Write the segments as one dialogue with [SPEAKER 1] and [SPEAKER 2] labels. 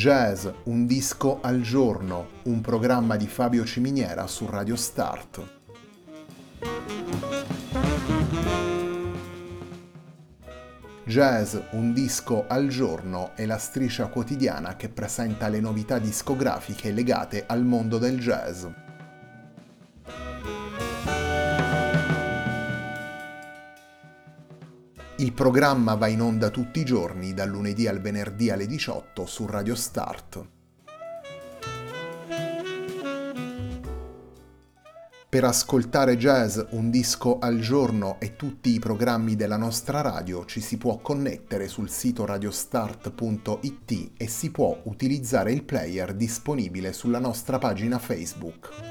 [SPEAKER 1] Jazz, un disco al giorno, un programma di Fabio Ciminiera su Radio Start. Jazz, un disco al giorno è la striscia quotidiana che presenta le novità discografiche legate al mondo del jazz. Il programma va in onda tutti i giorni, dal lunedì al venerdì alle 18 su Radio Start. Per ascoltare Jazz, un disco al giorno e tutti i programmi della nostra radio ci si può connettere sul sito radiostart.it e si può utilizzare il player disponibile sulla nostra pagina Facebook.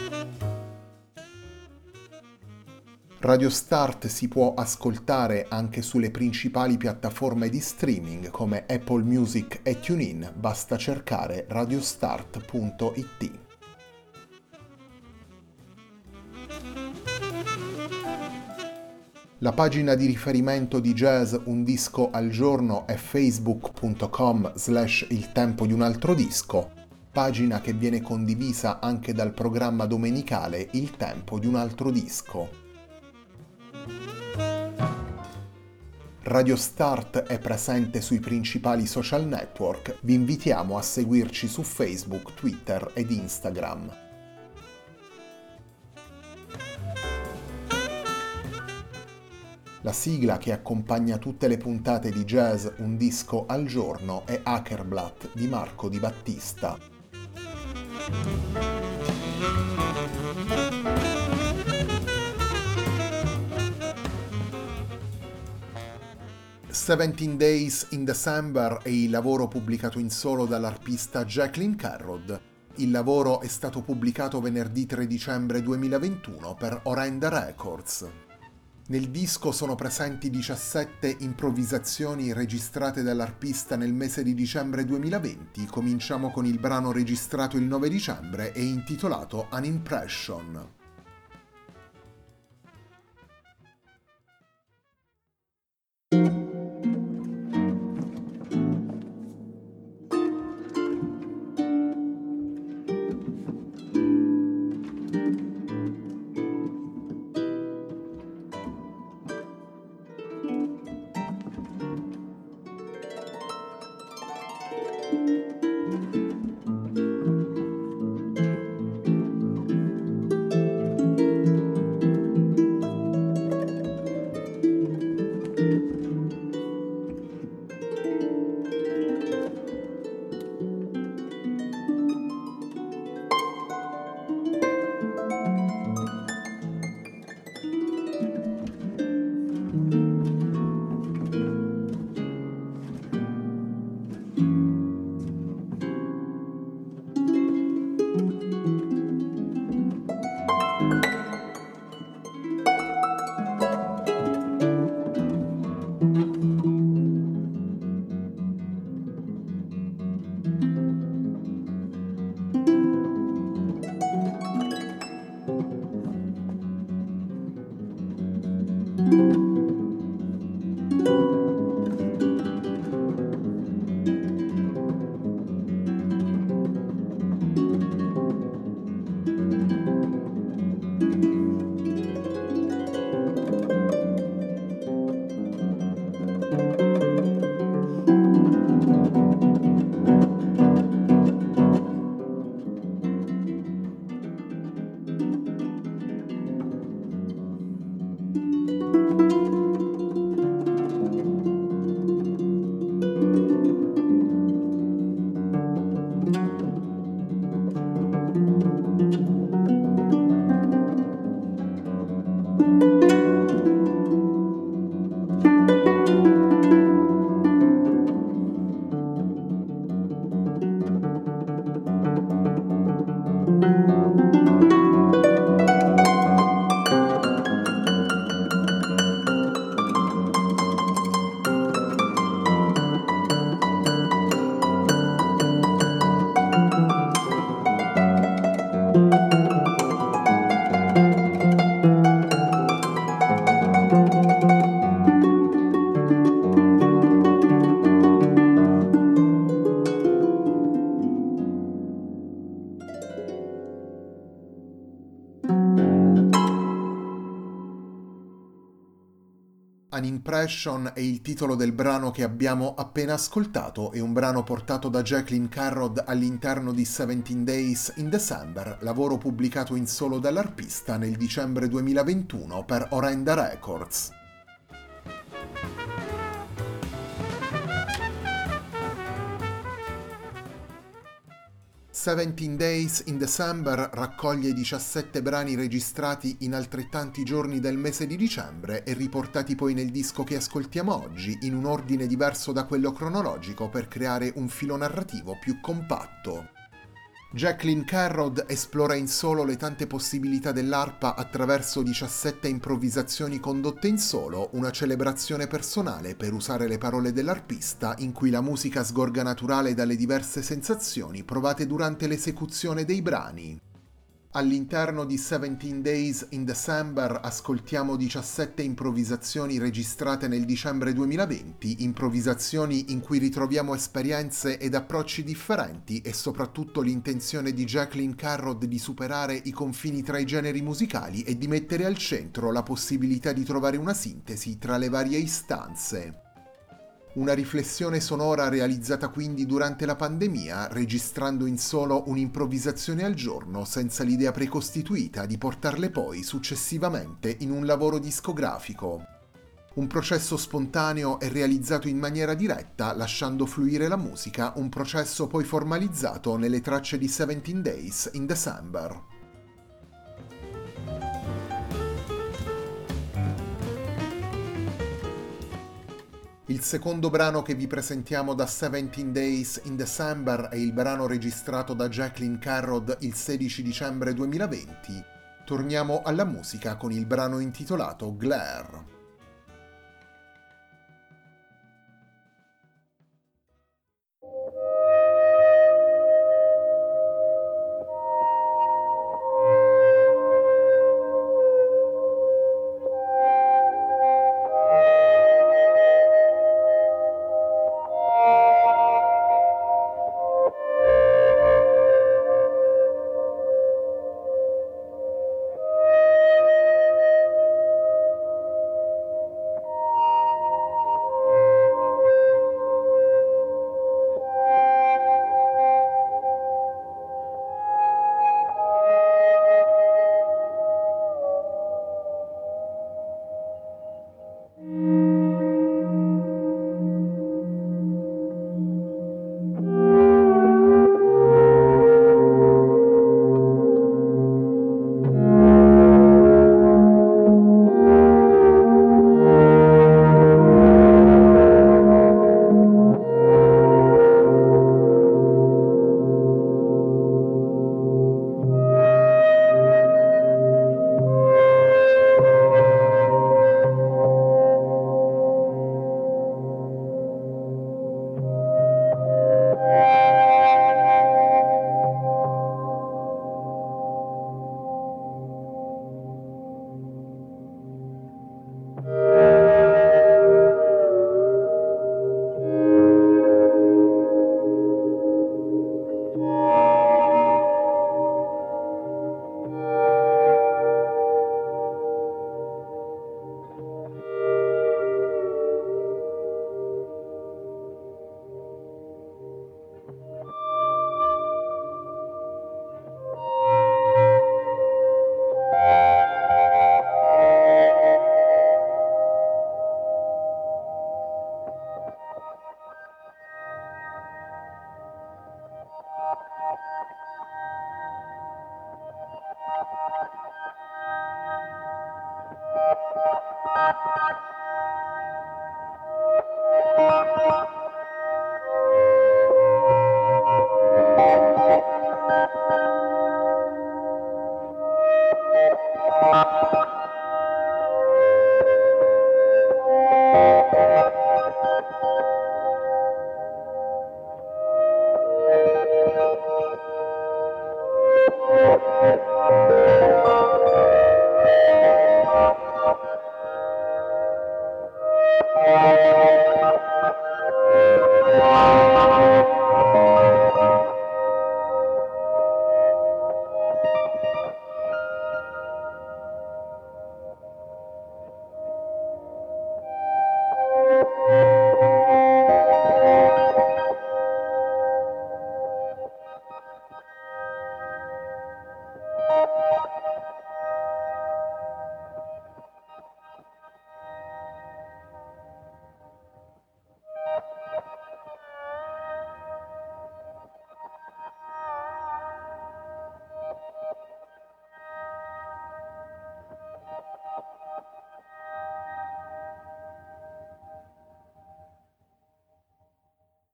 [SPEAKER 1] Radio Start si può ascoltare anche sulle principali piattaforme di streaming come Apple Music e TuneIn, basta cercare radiostart.it. La pagina di riferimento di Jazz Un Disco al Giorno è facebook.com/il tempo di un altro disco, pagina che viene condivisa anche dal programma domenicale Il tempo di un altro disco. Radio Start è presente sui principali social network, vi invitiamo a seguirci su Facebook, Twitter ed Instagram. La sigla che accompagna tutte le puntate di Jazz Un Disco al Giorno è Hackerblatt di Marco Di Battista. "17 Days in December" è il lavoro pubblicato in solo dall'arpista Jacqueline Carrod. Il lavoro è stato pubblicato venerdì 3 dicembre 2021 per Orenda Records. Nel disco sono presenti 17 improvvisazioni registrate dall'arpista nel mese di dicembre 2020. Cominciamo con il brano registrato il 9 dicembre e intitolato An Impression. Impression è il titolo del brano che abbiamo appena ascoltato, è un brano portato da Jacqueline Carrod all'interno di 17 Days in December, lavoro pubblicato in solo dall'arpista nel dicembre 2021 per Orenda Records. Seventeen Days in December raccoglie 17 brani registrati in altrettanti giorni del mese di dicembre e riportati poi nel disco che ascoltiamo oggi in un ordine diverso da quello cronologico per creare un filo narrativo più compatto. Jacqueline Carrod esplora in solo le tante possibilità dell'arpa attraverso 17 improvvisazioni condotte in solo, una celebrazione personale, per usare le parole dell'arpista, in cui la musica sgorga naturale dalle diverse sensazioni provate durante l'esecuzione dei brani. All'interno di 17 Days in December ascoltiamo 17 improvvisazioni registrate nel dicembre 2020, improvvisazioni in cui ritroviamo esperienze ed approcci differenti e soprattutto l'intenzione di Jacqueline Carrod di superare i confini tra i generi musicali e di mettere al centro la possibilità di trovare una sintesi tra le varie istanze. Una riflessione sonora realizzata quindi durante la pandemia, registrando in solo un'improvvisazione al giorno, senza l'idea precostituita di portarle poi successivamente in un lavoro discografico. Un processo spontaneo e realizzato in maniera diretta, lasciando fluire la musica, un processo poi formalizzato nelle tracce di 17 Days in December. Il secondo brano che vi presentiamo da 17 Days in December è il brano registrato da Jacqueline Carrod il 16 dicembre 2020. Torniamo alla musica con il brano intitolato Glare.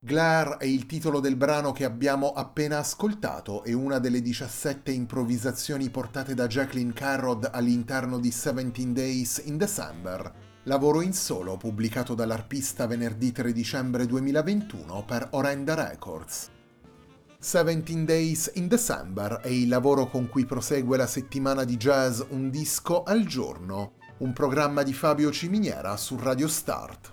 [SPEAKER 1] Glare è il titolo del brano che abbiamo appena ascoltato e una delle 17 improvvisazioni portate da Jacqueline Carrod all'interno di 17 Days in December, lavoro in solo pubblicato dall'arpista venerdì 3 dicembre 2021 per Orenda Records. 17 Days in December è il lavoro con cui prosegue la settimana di jazz Un disco al giorno, un programma di Fabio Ciminiera su Radio Start.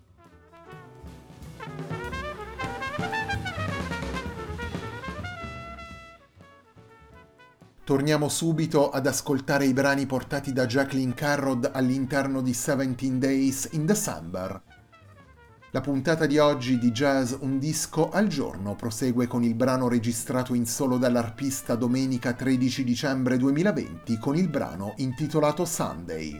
[SPEAKER 1] Torniamo subito ad ascoltare i brani portati da Jacqueline Carrod all'interno di 17 Days in December. La puntata di oggi di Jazz Un disco al giorno prosegue con il brano registrato in solo dall'arpista domenica 13 dicembre 2020 con il brano intitolato Sunday.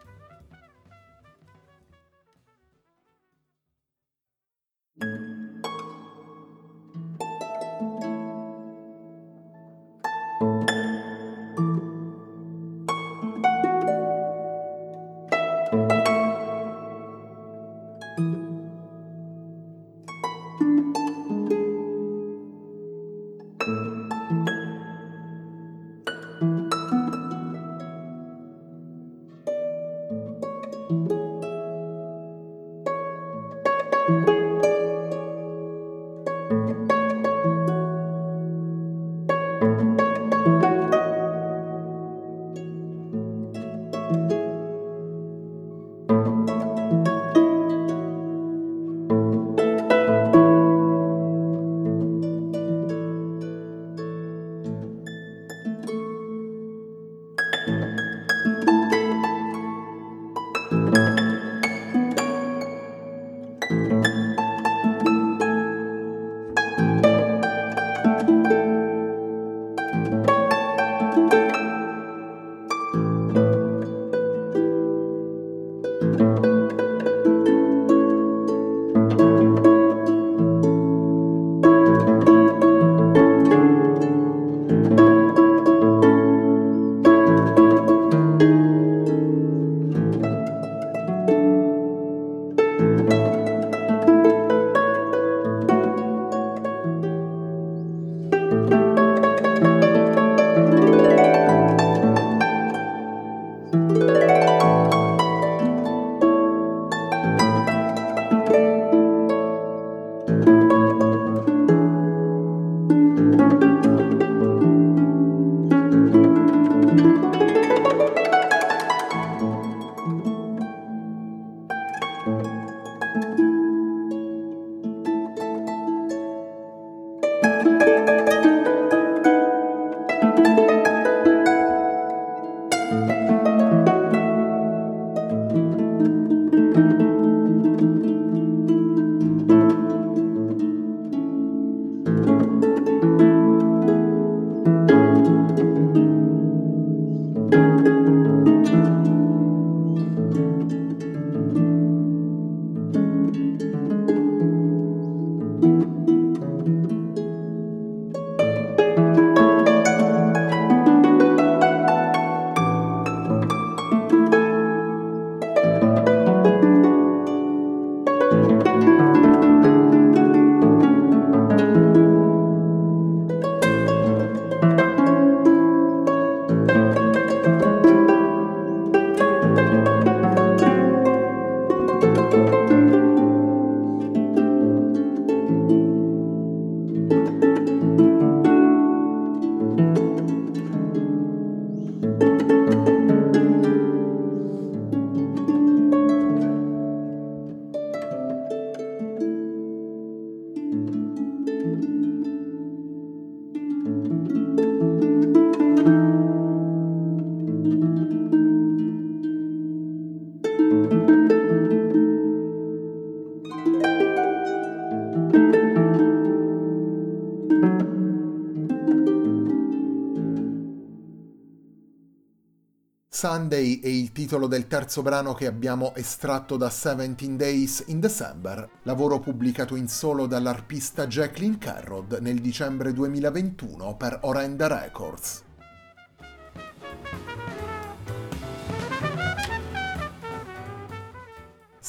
[SPEAKER 1] Sunday è il titolo del terzo brano che abbiamo estratto da 17 Days in December, lavoro pubblicato in solo dall'arpista Jacqueline Carrod nel dicembre 2021 per Orenda Records.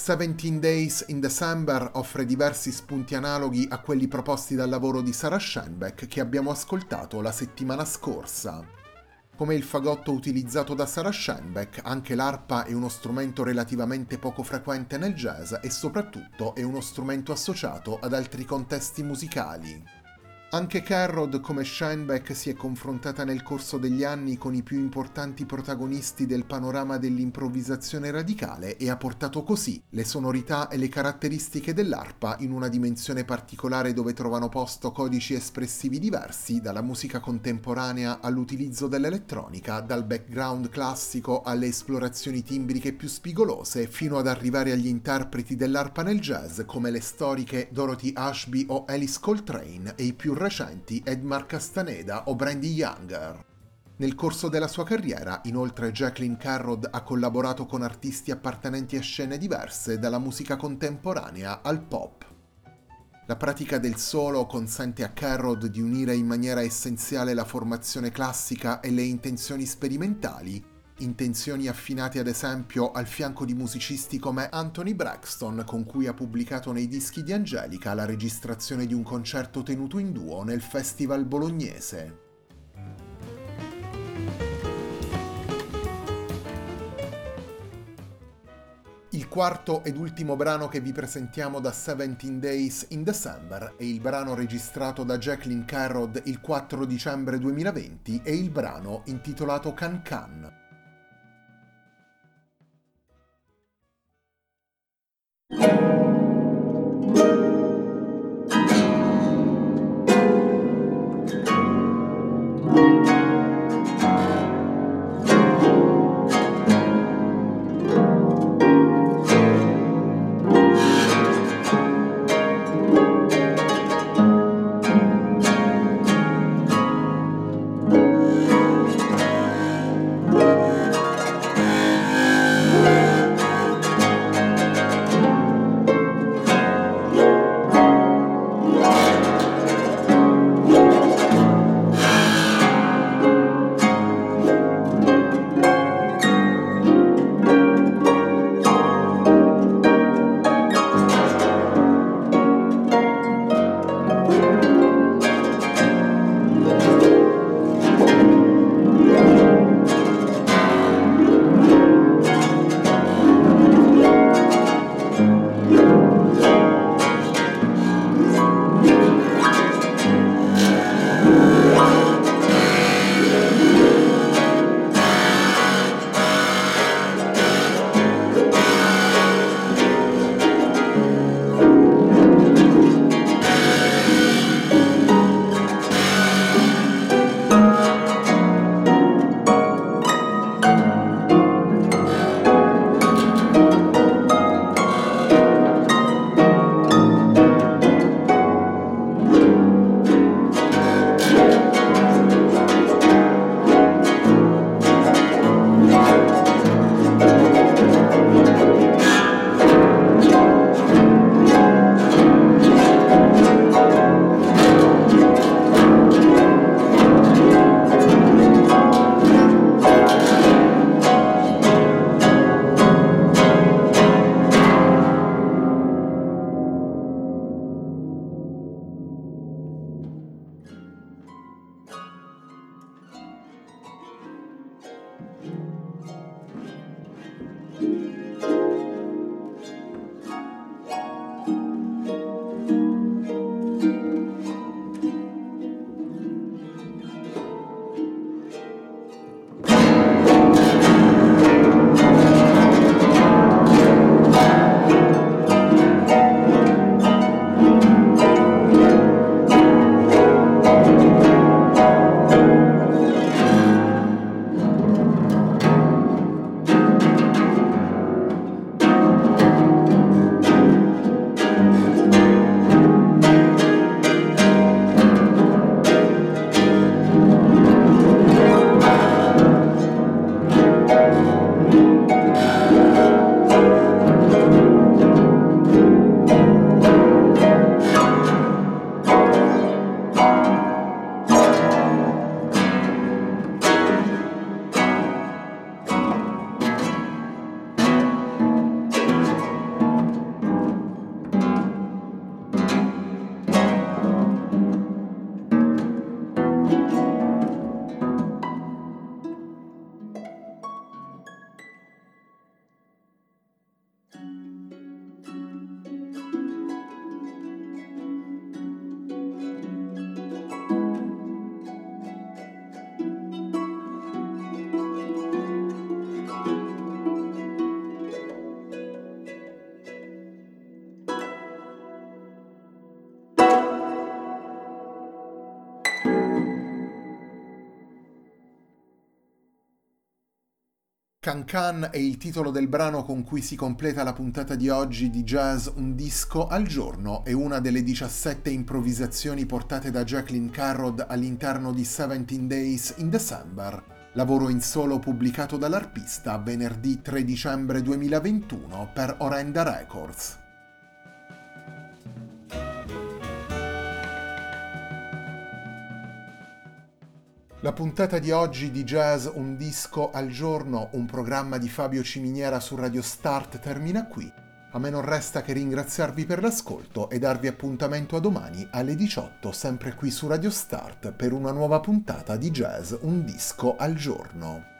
[SPEAKER 1] 17 Days in December offre diversi spunti analoghi a quelli proposti dal lavoro di Sarah Schoenbeck che abbiamo ascoltato la settimana scorsa. Come il fagotto utilizzato da Sarah Schoenbeck, anche l'arpa è uno strumento relativamente poco frequente nel jazz e soprattutto è uno strumento associato ad altri contesti musicali. Anche Carrod, come Schoenbeck, si è confrontata nel corso degli anni con i più importanti protagonisti del panorama dell'improvvisazione radicale e ha portato così le sonorità e le caratteristiche dell'arpa in una dimensione particolare dove trovano posto codici espressivi diversi, dalla musica contemporanea all'utilizzo dell'elettronica, dal background classico alle esplorazioni timbriche più spigolose, fino ad arrivare agli interpreti dell'arpa nel jazz come le storiche Dorothy Ashby o Alice Coltrane e i più recenti Edmar Castaneda o Brandi Younger. Nel corso della sua carriera, inoltre, Jacqueline Carrod ha collaborato con artisti appartenenti a scene diverse, dalla musica contemporanea al pop. La pratica del solo consente a Carrod di unire in maniera essenziale la formazione classica e le intenzioni sperimentali, intenzioni affinate ad esempio al fianco di musicisti come Anthony Braxton, con cui ha pubblicato nei dischi di Angelica la registrazione di un concerto tenuto in duo nel Festival bolognese. Il quarto ed ultimo brano che vi presentiamo da 17 Days in December è il brano registrato da Jacqueline Carrod il 4 dicembre 2020 e il brano intitolato Can Can. Can Can è il titolo del brano con cui si completa la puntata di oggi di Jazz Un disco al giorno, è una delle 17 improvvisazioni portate da Jacqueline Carrod all'interno di 17 Days in December, lavoro in solo pubblicato dall'arpista venerdì 3 dicembre 2021 per Orenda Records. La puntata di oggi di Jazz Un disco al giorno, un programma di Fabio Ciminiera su Radio Start, termina qui. A me non resta che ringraziarvi per l'ascolto e darvi appuntamento a domani alle 18, sempre qui su Radio Start, per una nuova puntata di Jazz Un disco al giorno.